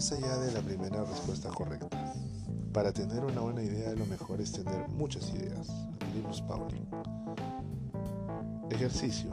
más allá de la primera respuesta correcta. Para tener una buena idea, lo mejor es tener muchas ideas. Linus Pauling. Ejercicio.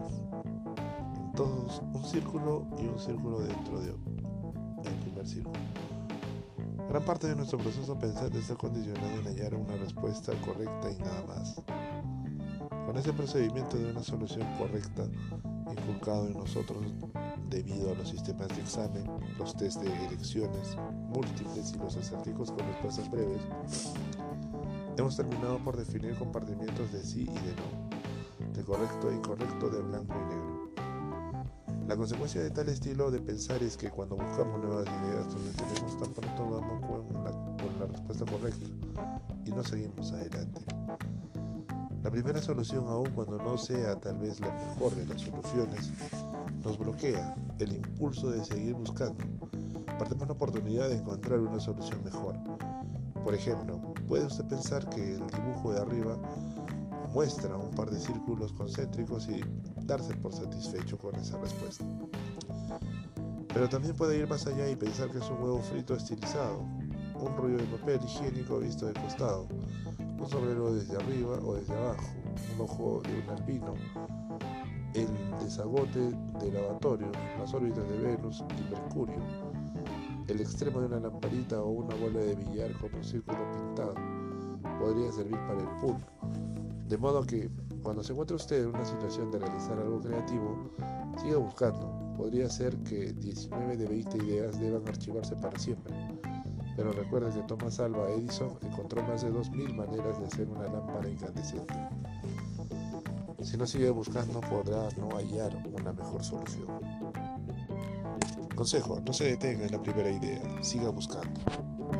Todos un círculo y un círculo dentro del primer círculo. Gran parte de nuestro proceso pensante está condicionado en hallar una respuesta correcta y nada más. Con ese procedimiento de una solución correcta inculcado en nosotros debido a los sistemas de examen, los test de elecciones múltiples y los acertijos con respuestas breves, hemos terminado por definir compartimientos de sí y de no, de correcto e incorrecto, de blanco y negro. La consecuencia de tal estilo de pensar es que cuando buscamos nuevas ideas nos detenemos tan pronto damos con la respuesta correcta y no seguimos adelante. La primera solución, aun cuando no sea tal vez la mejor de las soluciones, nos bloquea el impulso de seguir buscando. Perdemos la oportunidad de encontrar una solución mejor. Por ejemplo, puede usted pensar que el dibujo de arriba muestra un par de círculos concéntricos y darse por satisfecho con esa respuesta. Pero también puede ir más allá y pensar que es un huevo frito estilizado, un rollo de papel higiénico visto de costado, un sombrero desde arriba o desde abajo, un ojo de un albino, el desagote de lavatorio, las órbitas de Venus y Mercurio, el extremo de una lamparita o una bola de billar con un círculo pintado. Podría servir para el pool. De modo que, cuando se encuentre usted en una situación de realizar algo creativo, siga buscando. Podría ser que 19 de 20 ideas deban archivarse para siempre. Pero recuerde que Thomas Alva Edison encontró más de 2000 maneras de hacer una lámpara incandescente. Si no sigue buscando, podrá no hallar una mejor solución. Consejo: no se detenga en la primera idea, siga buscando.